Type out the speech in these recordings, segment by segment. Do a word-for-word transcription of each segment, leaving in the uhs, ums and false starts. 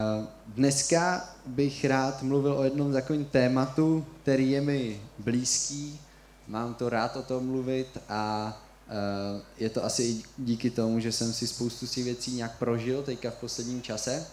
Dneska bych rád mluvil o jednom takovém tématu, který je mi blízký, mám to rád o tom mluvit a je to asi i díky tomu, že jsem si spoustu si věcí nějak prožil teďka v posledním čase.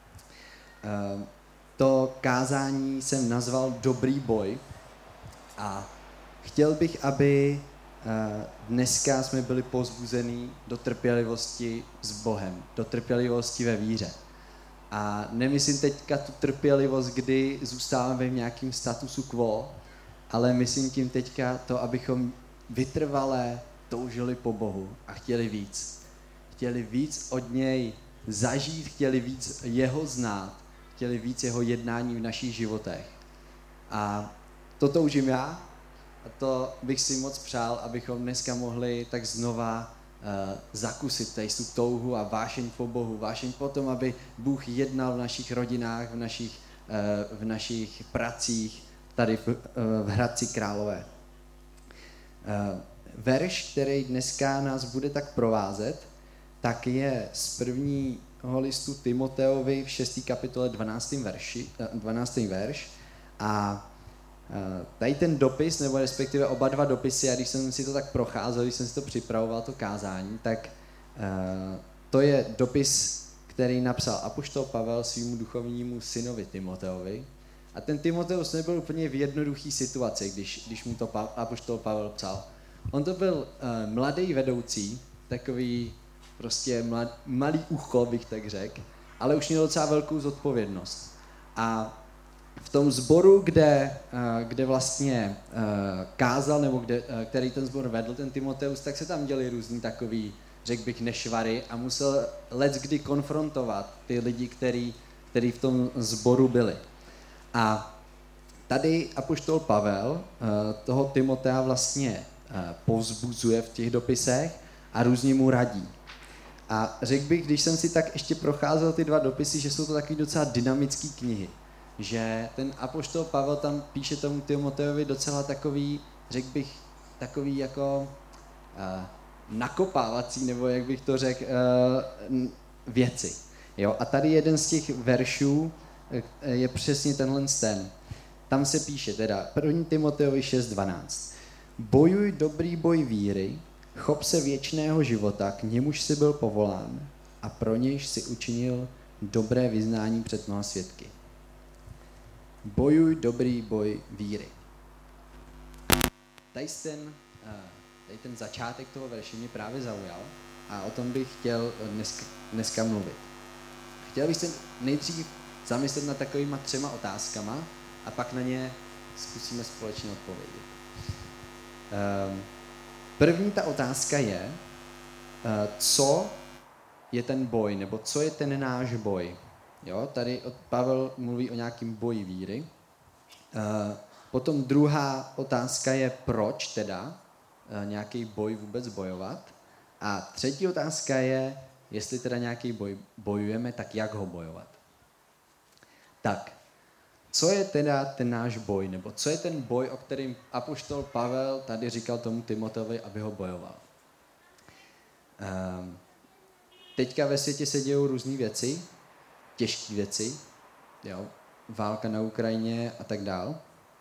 To kázání jsem nazval Dobrý boj a chtěl bych, aby dneska jsme byli povzbuzení do trpělivosti s Bohem, do trpělivosti ve víře. A nemyslím teďka tu trpělivost, kdy zůstáváme v nějakém statusu quo, ale myslím tím teďka to, abychom vytrvale toužili po Bohu a chtěli víc. Chtěli víc od něj zažít, chtěli víc jeho znát, chtěli víc jeho jednání v našich životech. A to toužím já a to bych si moc přál, abychom dneska mohli tak znova uh, zakusit tady tu touhu a vášeň po Bohu, vášeň po tom, aby Bůh jednal v našich rodinách, v našich, uh, v našich pracích, tady v, uh, v Hradci Králové. Uh, verš, který dneska nás bude tak provázet, tak je z prvního listu Timoteovi v šesté kapitole dvanáctém verši, dvanáctý verš. A tady ten dopis, nebo respektive oba dva dopisy, a když jsem si to tak procházel, když jsem si to připravoval, to kázání, tak to je dopis, který napsal apoštol Pavel svýmu duchovnímu synovi Timoteovi. A ten Timoteus nebyl úplně v jednoduché situaci, když, když mu to apoštol Pavel psal. On to byl uh, mladý vedoucí, takový prostě mlad, malý ucho, bych tak řekl, ale už měl docela velkou zodpovědnost. A v tom sboru, kde, uh, kde vlastně uh, kázal, nebo kde, uh, který ten sbor vedl, ten Timoteus, tak se tam děli různý takový, řekl bych, nešvary a musel leckdy konfrontovat ty lidi, který, který v tom sboru byli. A tady apoštol Pavel uh, toho Timotea vlastně povzbuzuje v těch dopisech a různě mu radí. A řekl bych, když jsem si tak ještě procházel ty dva dopisy, že jsou to takový docela dynamický knihy. Že ten apoštol Pavel tam píše tomu Timoteovi docela takový, řekl bych, takový jako uh, nakopávací, nebo jak bych to řekl, uh, věci. Jo? A tady jeden z těch veršů je přesně tenhle ten. Tam se píše teda první Timoteovi šest dvanáct. Bojuj dobrý boj víry, chop se věčného života, k němuž jsi byl povolán a pro nějž si učinil dobré vyznání před mnoha svědky. Bojuj dobrý boj víry. Tady ten, tady ten začátek toho verše mě právě zaujal a o tom bych chtěl dneska, dneska mluvit. Chtěl bych se nejdřív zamyslet nad takovýma třema otázkama a pak na ně zkusíme společně odpovědět. První ta otázka je, co je ten boj, nebo co je ten náš boj. Jo, tady Pavel mluví o nějakém boji víry. Potom druhá otázka je, proč teda nějaký boj vůbec bojovat. A třetí otázka je, jestli teda nějaký boj bojujeme, tak jak ho bojovat. Tak, co je teda ten náš boj, nebo co je ten boj, o kterém apoštol Pavel tady říkal tomu Timoteovi, aby ho bojoval? Um, teďka ve světě se dějou různé věci, těžké věci, jo, válka na Ukrajině a tak dál.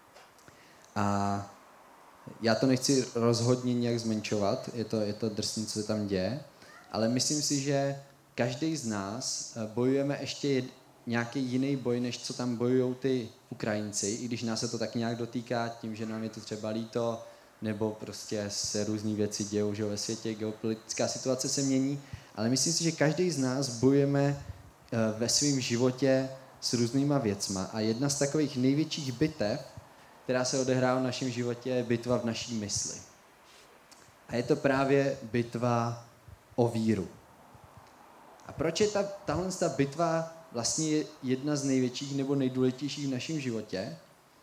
A já to nechci rozhodně nějak zmenšovat, je to, je to drsný, co se tam děje, ale myslím si, že každý z nás bojujeme ještě jed, nějaký jiný boj, než co tam bojují ty Ukrajinci, i když nás se to tak nějak dotýká tím, že nám je to třeba líto, nebo prostě se různý věci dějou, že ve světě geopolitická situace se mění, ale myslím si, že každý z nás bojujeme ve svém životě s různýma věcma a jedna z takových největších bitev, která se odehrává v našem životě, je bitva v naší mysli. A je to právě bitva o víru. A proč je ta, tahle ta bitva vlastně jedna z největších nebo nejdůležitějších v našem životě?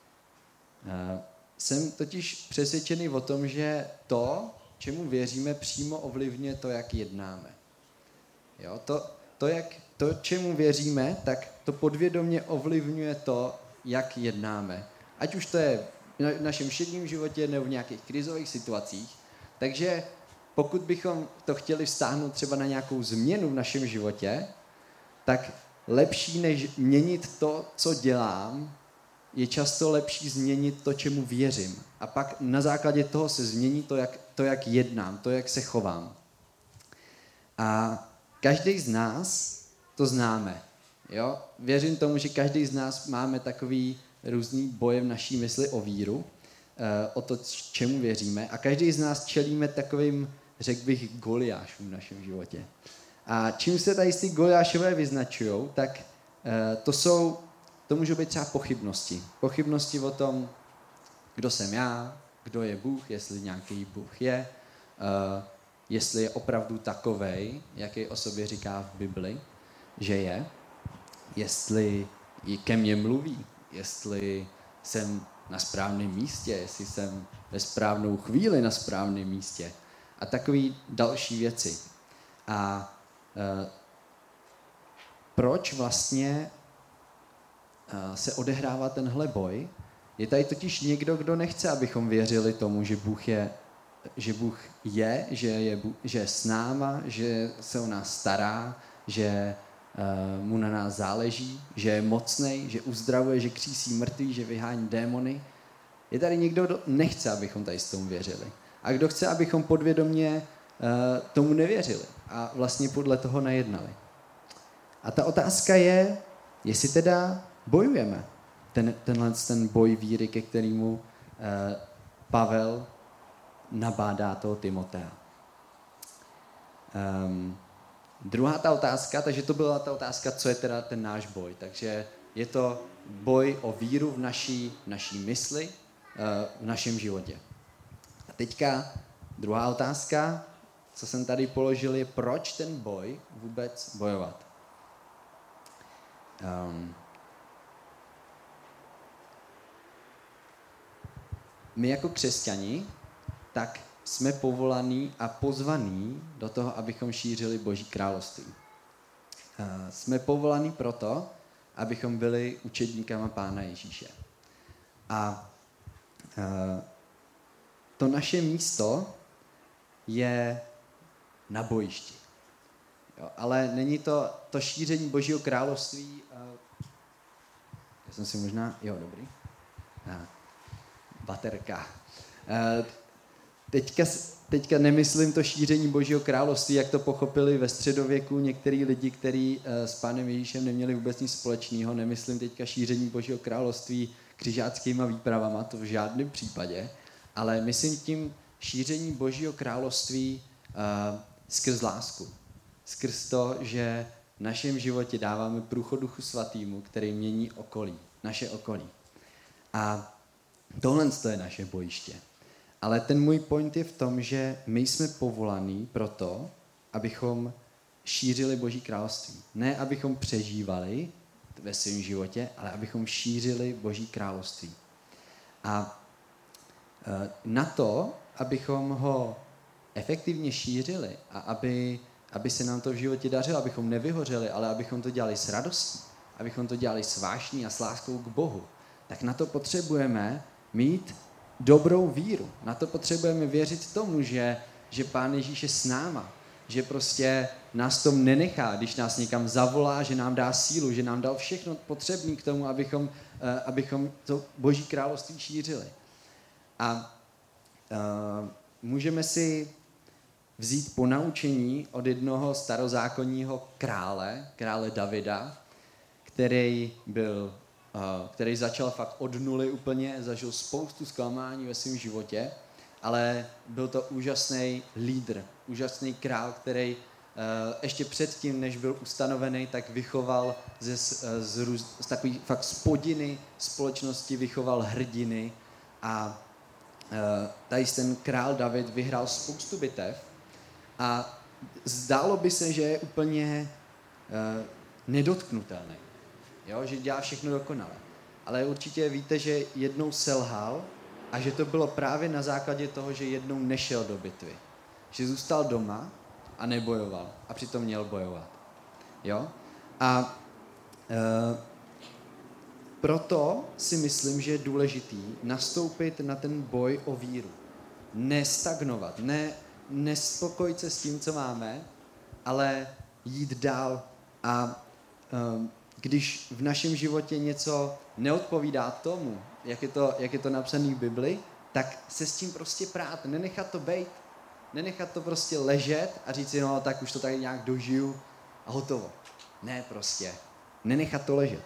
Jsem totiž přesvědčený o tom, že to, čemu věříme, přímo ovlivňuje to, jak jednáme. Jo, to, to, jak, to, čemu věříme, tak to podvědomě ovlivňuje to, jak jednáme. Ať už to je v našem všedním životě nebo v nějakých krizových situacích. Takže pokud bychom to chtěli vztáhnout třeba na nějakou změnu v našem životě, tak lepší než měnit to, co dělám, je často lepší změnit to, čemu věřím. A pak na základě toho se změní to, jak, to, jak jednám, to, jak se chovám. A každý z nás to známe. Jo? Věřím tomu, že každý z nás máme takový různý boje v naší mysli o víru, o to, čemu věříme. A každý z nás čelíme takovým, řekl bych, Goliášům v našem životě. A čím se tady ty Goliášové vyznačují, tak to jsou, to můžou být třeba pochybnosti. Pochybnosti o tom, kdo jsem já, kdo je Bůh, jestli nějaký Bůh je, jestli je opravdu takovej, jaký o sobě říká v Bibli, že je, jestli ke mně mluví, jestli jsem na správném místě, jestli jsem ve správnou chvíli na správném místě a takový další věci. A e, proč vlastně e, se odehrává tenhle boj? Je tady totiž někdo, kdo nechce, abychom věřili tomu, že Bůh je, že Bůh je, že je, že je s náma, že se o nás stará, že uh, mu na nás záleží, že je mocnej, že uzdravuje, že křísí mrtvý, že vyhání démony. Je tady někdo, kdo nechce, abychom tady s tomu věřili. A kdo chce, abychom podvědomě uh, tomu nevěřili a vlastně podle toho nejednali. A ta otázka je, jestli teda bojujeme. Ten, tenhle ten boj víry, ke kterému uh, Pavel nabádá toho Timotea. Um, druhá ta otázka, takže to byla ta otázka, co je teda ten náš boj. Takže je to boj o víru v naší, v naší mysli, uh, v našem životě. A teďka druhá otázka, co jsem tady položil, je, proč ten boj vůbec bojovat. Um, My jako křesťani, tak jsme povolaní a pozvaní do toho, abychom šířili Boží království. Jsme povolaní proto, abychom byli učedníkama Pána Ježíše. A to naše místo je na bojišti. Jo, ale není to to šíření Božího království. Já jsem si možná... Jo, dobrý. Baterka. Teďka, teďka nemyslím to šíření Božího království, jak to pochopili ve středověku některý lidi, kteří s Pánem Ježíšem neměli vůbec nic společného. Nemyslím teďka šíření Božího království křižáckýma výpravama, to v žádném případě, ale myslím tím šíření Božího království uh, skrz lásku. Skrz to, že v našem životě dáváme průchod Duchu Svatýmu, který mění okolí, naše okolí. A tohle je naše bojiště. Ale ten můj point je v tom, že my jsme povolaní proto, abychom šířili Boží království. Ne, abychom přežívali ve svém životě, ale abychom šířili Boží království. A na to, abychom ho efektivně šířili a aby, aby se nám to v životě dařilo, abychom nevyhořeli, ale abychom to dělali s radostí, abychom to dělali s vášní a s láskou k Bohu, tak na to potřebujeme mít dobrou víru. Na to potřebujeme věřit tomu, že, že Pán Ježíš je s náma, že prostě nás tom nenechá, když nás někam zavolá, že nám dá sílu, že nám dal všechno potřebné k tomu, abychom, uh, abychom to Boží království šířili. A uh, můžeme si vzít ponaučení od jednoho starozákonního krále, krále Davida, který byl který začal fakt od nuly úplně, zažil spoustu zklamání ve svém životě, ale byl to úžasný lídr, úžasný král, který ještě předtím, než byl ustanovený, tak vychoval ze, z, z, z takový fakt spodiny společnosti, vychoval hrdiny a tady ten král David vyhrál spoustu bitev a zdálo by se, že je úplně nedotknutelný. Jo, že dělá všechno dokonale. Ale určitě víte, že jednou selhal a že to bylo právě na základě toho, že jednou nešel do bitvy. Že zůstal doma a nebojoval. A přitom měl bojovat. Jo? A e, proto si myslím, že je důležitý nastoupit na ten boj o víru. Nestagnovat, ne, nespokojit se s tím, co máme, ale jít dál a když v našem životě něco neodpovídá tomu, jak je to, jak je to napsané v Bibli, tak se s tím prostě prát, nenechat to bejt, nenechat to prostě ležet a říct si, no tak už to tady nějak dožiju a hotovo. Ne prostě, nenechat to ležet.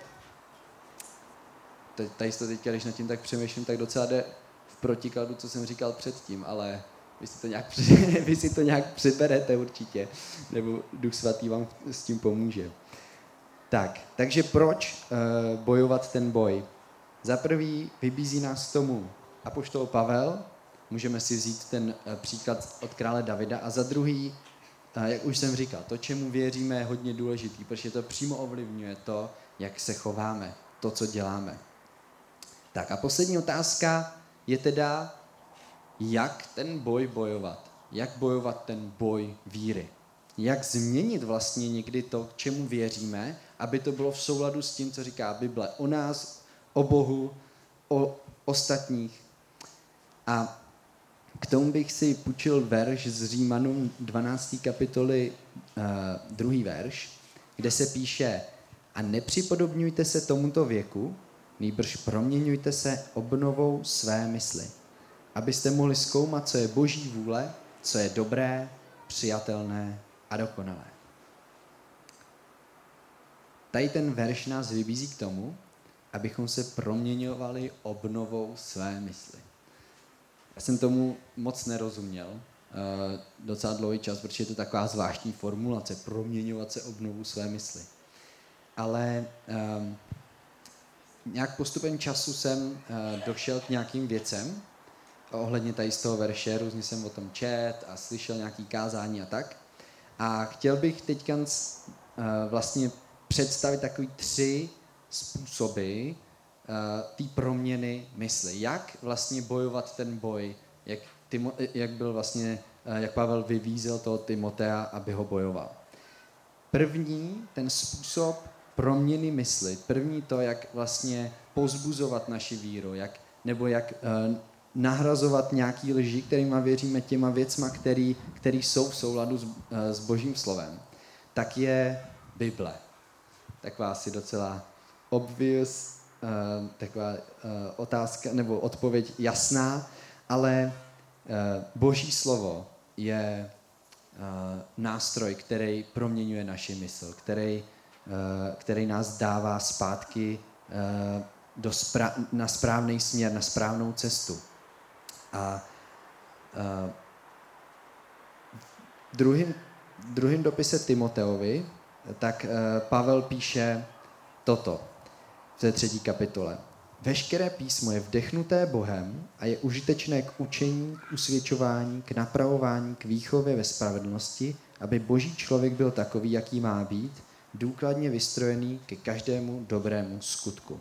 Tady to teďka, když nad tím tak přemýšlím, tak docela jde v protikladu, co jsem říkal předtím, ale vy si to nějak, vy si to nějak přiberete určitě, nebo Duch Svatý vám s tím pomůže. Tak, takže proč uh, bojovat ten boj? Za prvý vybízí nás k tomu apoštol Pavel, můžeme si vzít ten uh, příklad od krále Davida, a za druhý, uh, jak už jsem říkal, to, čemu věříme, je hodně důležitý, protože to přímo ovlivňuje to, jak se chováme, to, co děláme. Tak a poslední otázka je teda, jak ten boj bojovat. Jak bojovat ten boj víry. Jak změnit vlastně někdy to, k čemu věříme, aby to bylo v souladu s tím, co říká Bible o nás, o Bohu, o ostatních. A k tomu bych si půjčil verš z Římanům dvanácté kapitoly, uh, druhý verš, kde se píše: a nepřipodobňujte se tomuto věku, nýbrž proměňujte se obnovou své mysli, abyste mohli zkoumat, co je Boží vůle, co je dobré, přijatelné a dokonalé. Tady ten verš nás vybízí k tomu, abychom se proměňovali obnovou své mysli. Já jsem tomu moc nerozuměl, uh, docela dlouhý čas, protože je to taková zvláštní formulace, proměňovat se obnovou své mysli. Ale um, nějak postupem času jsem uh, došel k nějakým věcem, ohledně tady z toho verše, různě jsem o tom čet a slyšel nějaký kázání a tak. A chtěl bych teďka uh, vlastně představit takový tři způsoby uh, té proměny mysli. Jak vlastně bojovat ten boj, jak, Timo, jak byl vlastně, uh, jak Pavel vyvízel toho Timotea, aby ho bojoval. První, ten způsob proměny mysli, první to, jak vlastně pozbuzovat naši víru, jak, nebo jak uh, nahrazovat nějaký lži, kterýma věříme, těma věcma, který, který jsou v souladu s, s Božím slovem, tak je Bible. Taková asi docela obvious, uh, taková uh, otázka, nebo odpověď jasná, ale uh, Boží slovo je uh, nástroj, který proměňuje naši mysl, který, uh, který nás dává zpátky uh, do spra- na správný směr, na správnou cestu. A uh, v druhým, druhým dopise Timoteovi, tak uh, Pavel píše toto v té třetí kapitole. Veškeré písmo je vdechnuté Bohem a je užitečné k učení, k usvědčování, k napravování, k výchově ve spravedlnosti, aby boží člověk byl takový, jaký má být, důkladně vystrojený ke každému dobrému skutku.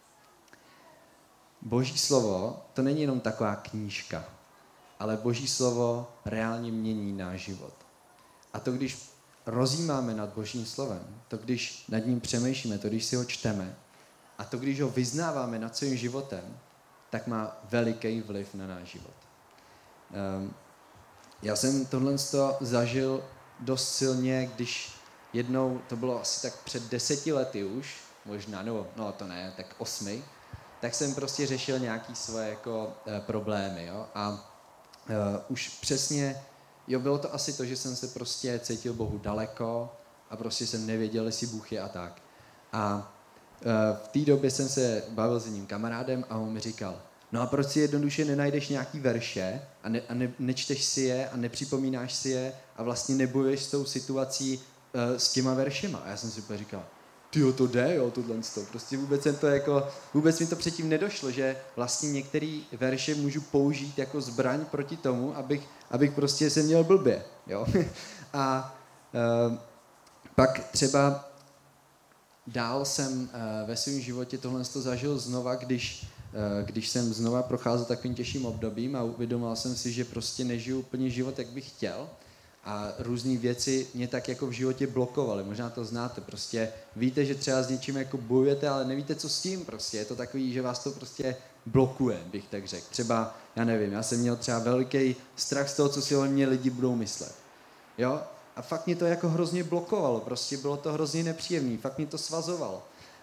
Boží slovo, to není jenom taková knížka, ale Boží slovo reálně mění náš život. A to, když rozjímáme nad Božím slovem, to, když nad ním přemýšlíme, to, když si ho čteme, a to, když ho vyznáváme nad svým životem, tak má veliký vliv na náš život. Um, já jsem tohle zažil dost silně, když jednou, to bylo asi tak před deseti lety už, možná, nebo no to ne, tak osmi, tak jsem prostě řešil nějaký svoje jako e, problémy, jo, a e, už přesně, jo, bylo to asi to, že jsem se prostě cítil Bohu daleko a prostě jsem nevěděl, jestli Bůh je a tak. A e, v té době jsem se bavil s jedním kamarádem a on mi říkal, no a proč si jednoduše nenajdeš nějaký verše a, ne, a ne, nečteš si je a nepřipomínáš si je a vlastně nebojuješ s tou situací e, s těma veršema. A já jsem si úplně říkal, tyjo, to jde, jo, tohle to. Prostě vůbec jsem to jako, vůbec mi to předtím nedošlo, že vlastně některé verše můžu použít jako zbraň proti tomu, abych, abych prostě se měl blbě, jo. A e, pak třeba dál jsem e, ve svém životě tohle to zažil znova, když, e, když jsem znova procházel takovým těžším obdobím a uvědomil jsem si, že prostě nežiju úplně život, jak bych chtěl. A různé věci mě tak jako v životě blokovaly. Možná to znáte. Prostě víte, že třeba s něčím jako bojujete, ale nevíte, co s tím. Prostě je to takový, že vás to prostě blokuje, bych tak řekl. Třeba, já nevím, já jsem měl třeba veliký strach z toho, co si o mě lidi budou myslet. Jo? A fakt mě to jako hrozně blokovalo. Prostě bylo to hrozně nepříjemné. Fakt mě to svazovalo.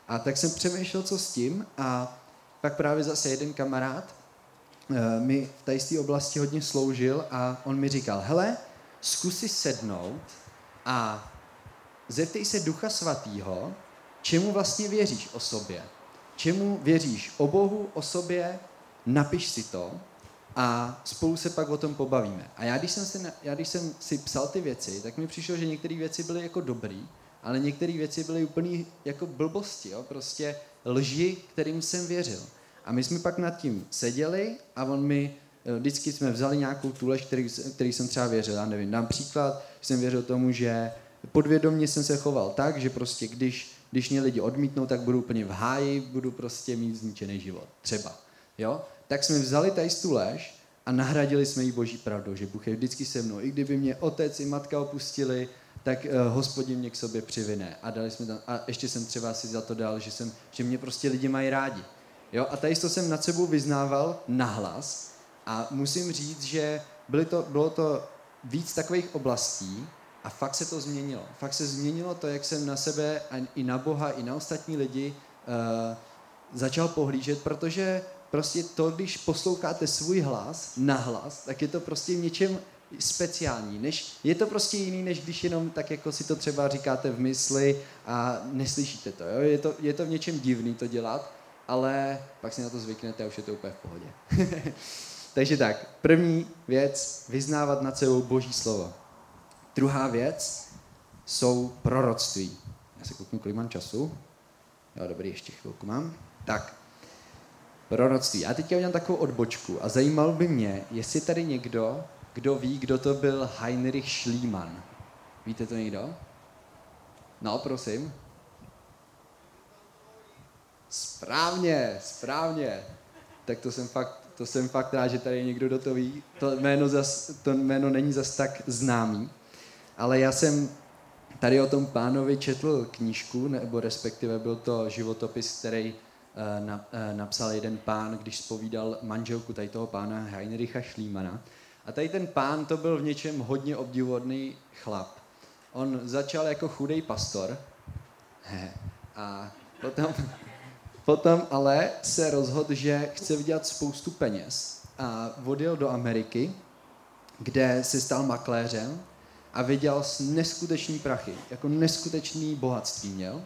A tak jsem přemýšlel, co s tím a pak právě zase jeden kamarád uh, mi v tady z té oblasti hodně sloužil a on mi říkal, hele, zkus si sednout a zeptej se Ducha Svatýho, čemu vlastně věříš o sobě. Čemu věříš o Bohu, o sobě, napiš si to a spolu se pak o tom pobavíme. A já když jsem si, já, když jsem si psal ty věci, tak mi přišlo, že některé věci byly jako dobrý, ale některé věci byly úplně jako blbosti, jo? Prostě lži, kterým jsem věřil. A my jsme pak nad tím seděli a on mi, vždycky jsme vzali nějakou tu lež, který, který jsem třeba věřil, já nevím, dám příklad, jsem věřil tomu, že podvědomě jsem se choval tak, že prostě když, když mě lidi odmítnou, tak budu úplně v háji, budu prostě mít zničený život, třeba, jo? Tak jsme vzali tady tu lež a nahradili jsme jí Boží pravdou, že Bůh je vždycky se mnou. I kdyby mě otec i matka opustili, tak uh, Hospodin mě k sobě přivine. A dali jsme tam, a ještě jsem třeba si za to dal, že, jsem, že mě prostě lidi mají rádi. Jo? A tady to jsem nad sebou vyznával nahlas a musím říct, že byly to, bylo to víc takových oblastí a fakt se to změnilo. Fakt se změnilo to, jak jsem na sebe a i na Boha, i na ostatní lidi uh, začal pohlížet, protože prostě to, když posloucháte svůj hlas, nahlas, tak je to prostě v něčem speciální. Než, je to prostě jiný, než když jenom tak jako si to třeba říkáte v mysli a neslyšíte to. Jo? Je to, je to v něčem divný to dělat, ale pak si na to zvyknete a už je to úplně v pohodě. Takže tak, první věc, vyznávat nad sebou Boží slovo. Druhá věc jsou proroctví. Já se kouknu, kolik mám času. Jo, dobrý, ještě chvilku mám. Tak, proroctví. Já teďka udělám takovou odbočku a zajímal by mě, jestli tady někdo, kdo ví, kdo to byl Heinrich Schliemann. Víte to někdo? No, prosím. Správně, správně. Tak to jsem fakt, to jsem fakt rád, že tady je někdo, kdo to ví. To jméno, zas, to jméno není zas tak známý. Ale já jsem tady o tom pánovi četl knížku, nebo respektive byl to životopis, který napsal jeden pán, když zpovídal manželku tady toho pána Heinricha Schliemanna. A tady ten pán to byl v něčem hodně obdivuhodný chlap. On začal jako chudej pastor a potom, potom ale se rozhodl, že chce vydělat spoustu peněz a odjel do Ameriky, kde se stal makléřem a vydělal neskutečný prachy, jako neskutečný bohatství měl.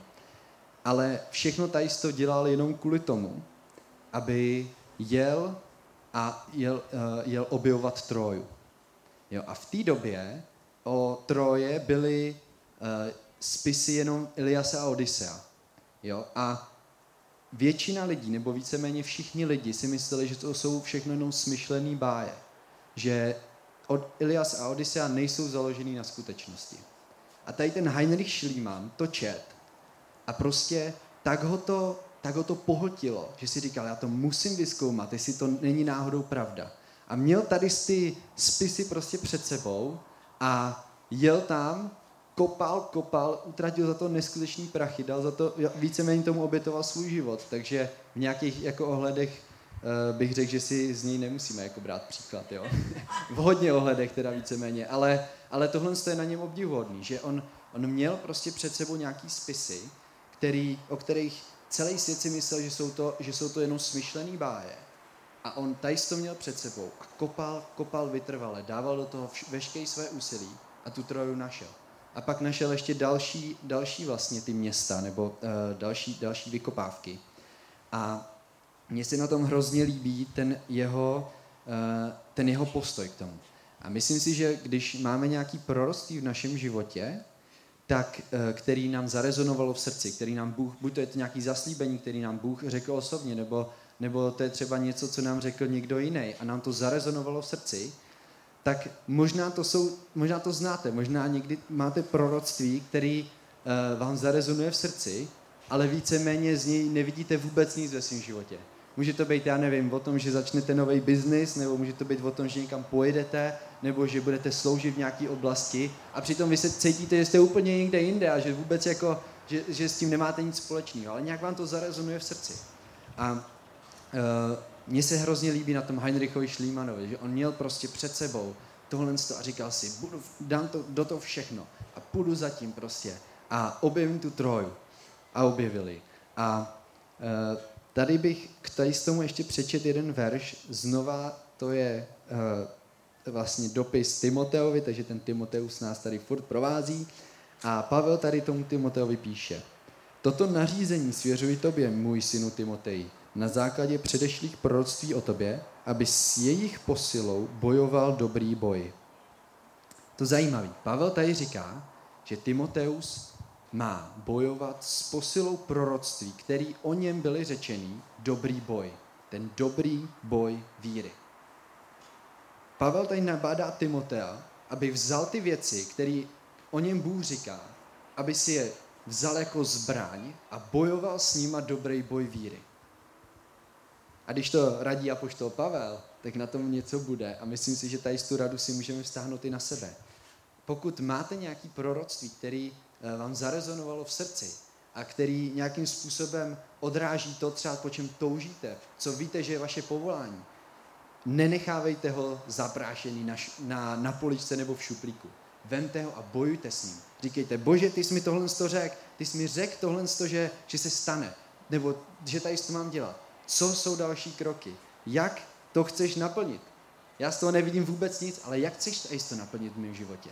Ale všechno tady to dělal jenom kvůli tomu, aby jel a jel, uh, jel objevovat Tróju. Jo, a v té době o Tróje byly uh, spisy jenom Iliase a Odysea. Jo, a většina lidí, nebo víceméně všichni lidi si mysleli, že to jsou všechno jenom smyšlený báje. Že od Ilias a Odysea nejsou založený na skutečnosti. A tady ten Heinrich Schliemann to čet a prostě tak ho to, tak ho to pohltilo, že si říkal, já to musím vyzkoumat, jestli to není náhodou pravda. A měl tady ty spisy prostě před sebou a jel tam, kopal, kopal, utratil za to neskutečný prachy, dal za to, víceméně tomu obětoval svůj život, takže v nějakých jako ohledech uh, bych řekl, že si z něj nemusíme jako brát příklad, jo. V hodně ohledech teda víceméně, ale, ale tohle je na něm obdivuhodný, že on, on měl prostě před sebou nějaký spisy, který, o kterých celý svět si myslel, že jsou to, že jsou to jenom smyšlený báje. A on tady to měl před sebou a kopal, kopal vytrvale, dával do toho vš- veškeré své úsilí a tu Troju našel. A pak našel ještě další, další vlastně ty města, nebo uh, další, další vykopávky. A mně se na tom hrozně líbí ten jeho, uh, ten jeho postoj k tomu. A myslím si, že když máme nějaký proroctví v našem životě, tak, uh, který nám zarezonovalo v srdci, který nám Bůh, buď to je to nějaký zaslíbení, který nám Bůh řekl osobně, nebo, nebo to je třeba něco, co nám řekl někdo jiný a nám to zarezonovalo v srdci, tak možná to, jsou, možná to znáte, možná někdy máte proroctví, který uh, vám zarezonuje v srdci, ale víceméně z něj nevidíte vůbec nic ve svém životě. Může to být, já nevím, o tom, že začnete nový biznis, nebo může to být o tom, že někam pojedete, nebo že budete sloužit v nějaké oblasti a přitom vy se cítíte, že jste úplně někde jinde a že vůbec jako, že, že s tím nemáte nic společného, ale nějak vám to zarezonuje v srdci. A uh, mně se hrozně líbí na tom Heinrichovi Schliemannovi, že on měl prostě před sebou tohle a říkal si, budu, dám to, do toho všechno a půjdu za tím prostě a objevím tu Troju. A objevili. A uh, tady bych k tady z tomu ještě přečet jeden verš. Znova to je uh, vlastně dopis Timoteovi, takže ten Timoteus nás tady furt provází. A Pavel tady tomu Timoteovi píše: Toto nařízení svěřuji tobě, můj synu Timoteji, na základě předešlých proroctví o tobě, aby s jejich posilou bojoval dobrý boj. To zajímavý. Pavel tady říká, že Timoteus má bojovat s posilou proroctví, který o něm byly řečený, dobrý boj. Ten dobrý boj víry. Pavel tady nabádá Timotea, aby vzal ty věci, které o něm Bůh říká, aby si je vzal jako zbraň a bojoval s nima dobrý boj víry. A když to radí apoštol Pavel, tak na tom něco bude. A myslím si, že tady z tu radu si můžeme vztáhnout i na sebe. Pokud máte nějaké proroctví, který vám zarezonovalo v srdci a který nějakým způsobem odráží to třeba, po čem toužíte, co víte, že je vaše povolání, nenechávejte ho zaprášený na, na, na poličce nebo v šuplíku. Vemte ho a bojujte s ním. Říkejte: Bože, ty jsi mi tohle řekl, ty jsi mi řekl tohle, že, že se stane, nebo že tady to mám dělat. Co jsou další kroky? Jak to chceš naplnit? Já z toho nevidím vůbec nic, ale jak chceš to naplnit v mém životě?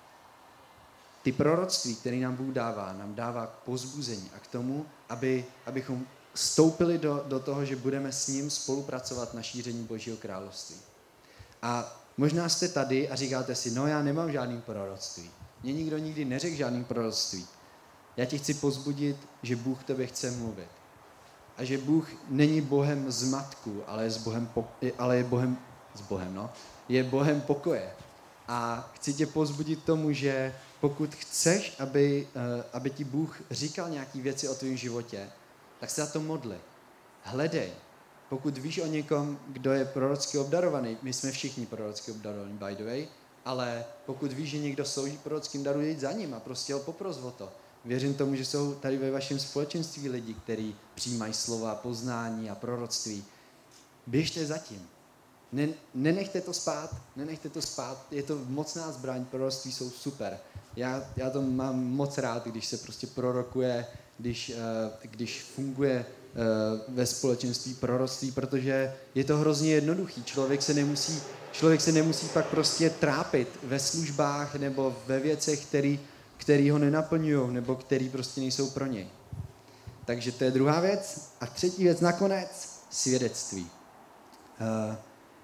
Ty proroctví, které nám Bůh dává, nám dává k povzbuzení a k tomu, aby, abychom vstoupili do, do toho, že budeme s ním spolupracovat na šíření Božího království. A možná jste tady a říkáte si: no, já nemám žádný proroctví. Mně nikdo nikdy neřekl žádný proroctví. Já ti chci povzbudit, že Bůh k tobě chce mluvit. A že Bůh není Bohem zmatku, ale je, s Bohem, ale je Bohem, s Bohem, no, je Bohem pokoje. A chci tě povzbudit tomu, že pokud chceš, aby, aby ti Bůh říkal nějaké věci o tvém životě, tak se za to modli. Hledej. Pokud víš o někom, kdo je prorocky obdarovaný, my jsme všichni prorocky obdarovaní, by the way, ale pokud víš, že někdo slouží prorockým daru, jít za ním a prostě ho popros o to. Věřím tomu, že jsou tady ve vašem společenství lidi, kteří přijímají slova, poznání a proroctví. Běžte za tím. Ne, nenechte to spát, nenechte to spát, je to mocná zbraň, proroctví jsou super. Já, já to mám moc rád, když se prostě prorokuje, když, když funguje ve společenství proroctví, protože je to hrozně jednoduchý. Člověk se nemusí, člověk se nemusí pak prostě trápit ve službách nebo ve věcech, který, který ho nenaplňují nebo který prostě nejsou pro něj. Takže to je druhá věc. A třetí věc nakonec, svědectví. Uh,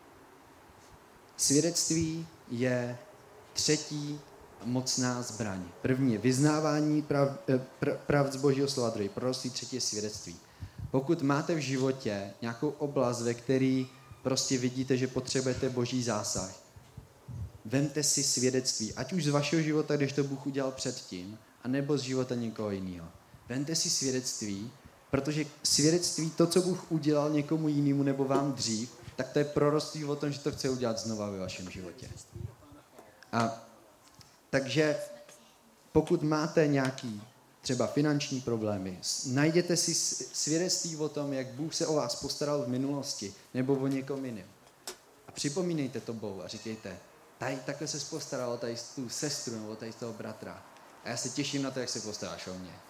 Svědectví je třetí mocná zbraň. První je vyznávání prav, pr, pravd z Božího slova, druhý proroctví, třetí je svědectví. Pokud máte v životě nějakou oblast, ve které prostě vidíte, že potřebujete Boží zásah, vemte si svědectví, ať už z vašeho života, když to Bůh udělal předtím, anebo z života někoho jiného. Vemte si svědectví, protože svědectví, to, co Bůh udělal někomu jinému nebo vám dřív, tak to je proroctví o tom, že to chce udělat znova ve vašem životě. A takže pokud máte nějaký třeba finanční problémy, najděte si svědectví o tom, jak Bůh se o vás postaral v minulosti nebo o někom jiném. A připomínejte to Bohu a říkejte: tady takhle se postaral tady tu sestru nebo tady toho bratra. A já se těším na to, jak se postaráš o mě.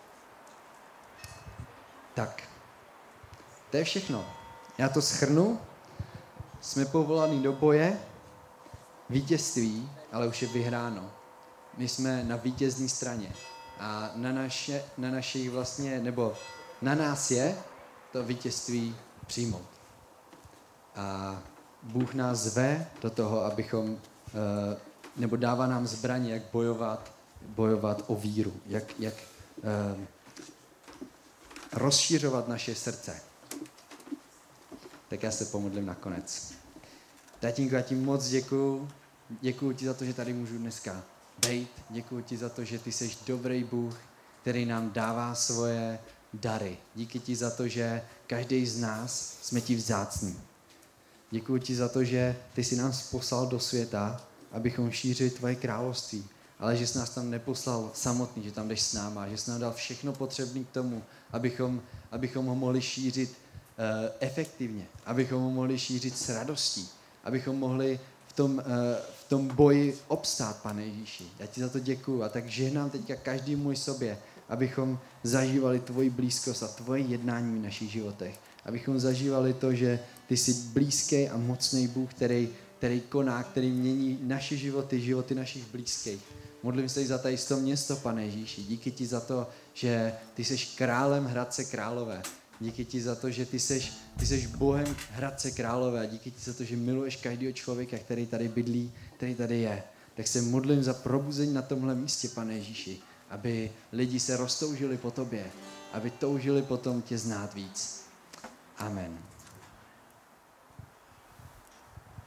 Tak, to je všechno. Já to shrnu. Jsme povolaní do boje, vítězství, ale už je vyhráno. My jsme na vítězné straně. A na, naše, na našich vlastně, nebo na nás je to vítězství přijmout. A Bůh nás zve do toho, abychom, nebo dává nám zbraně, jak bojovat, bojovat o víru, jak, jak rozšířovat naše srdce. Tak já se pomodlím nakonec. Tatínku, já ti moc děkuju. Děkuju ti za to, že tady můžu dneska být. Děkuju ti za to, že ty jsi dobrý Bůh, který nám dává svoje dary. Díky ti za to, že každý z nás jsme ti vzácní. Děkuju ti za to, že ty jsi nás poslal do světa, abychom šířili tvoje království. Ale že jsi nás tam neposlal samotný, že tam jdeš s náma, že jsi nám dal všechno potřebné k tomu, abychom, abychom ho mohli šířit uh, efektivně, abychom ho mohli šířit s radostí, abychom mohli v tom, uh, v tom boji obstát, Pane Ježíši. Já ti za to děkuju a tak žehnám teďka každý můj sobě, abychom zažívali tvoji blízkost a tvoje jednání v našich životech. Abychom zažívali to, že ty jsi blízký a mocný Bůh, který, který koná, který mění naše životy, životy našich blízkých. Modlím se i za tady to město, Pane Ježíši. Díky ti za to, že ty jsi králem Hradce Králové. Díky ti za to, že ty jsi, ty jsi Bohem Hradce Králové. A díky ti za to, že miluješ každého člověka, který tady bydlí, který tady je. Tak se modlím za probuzení na tomhle místě, Pane Ježíši, aby lidi se roztoužili po tobě, aby toužili potom tě znát víc. Amen.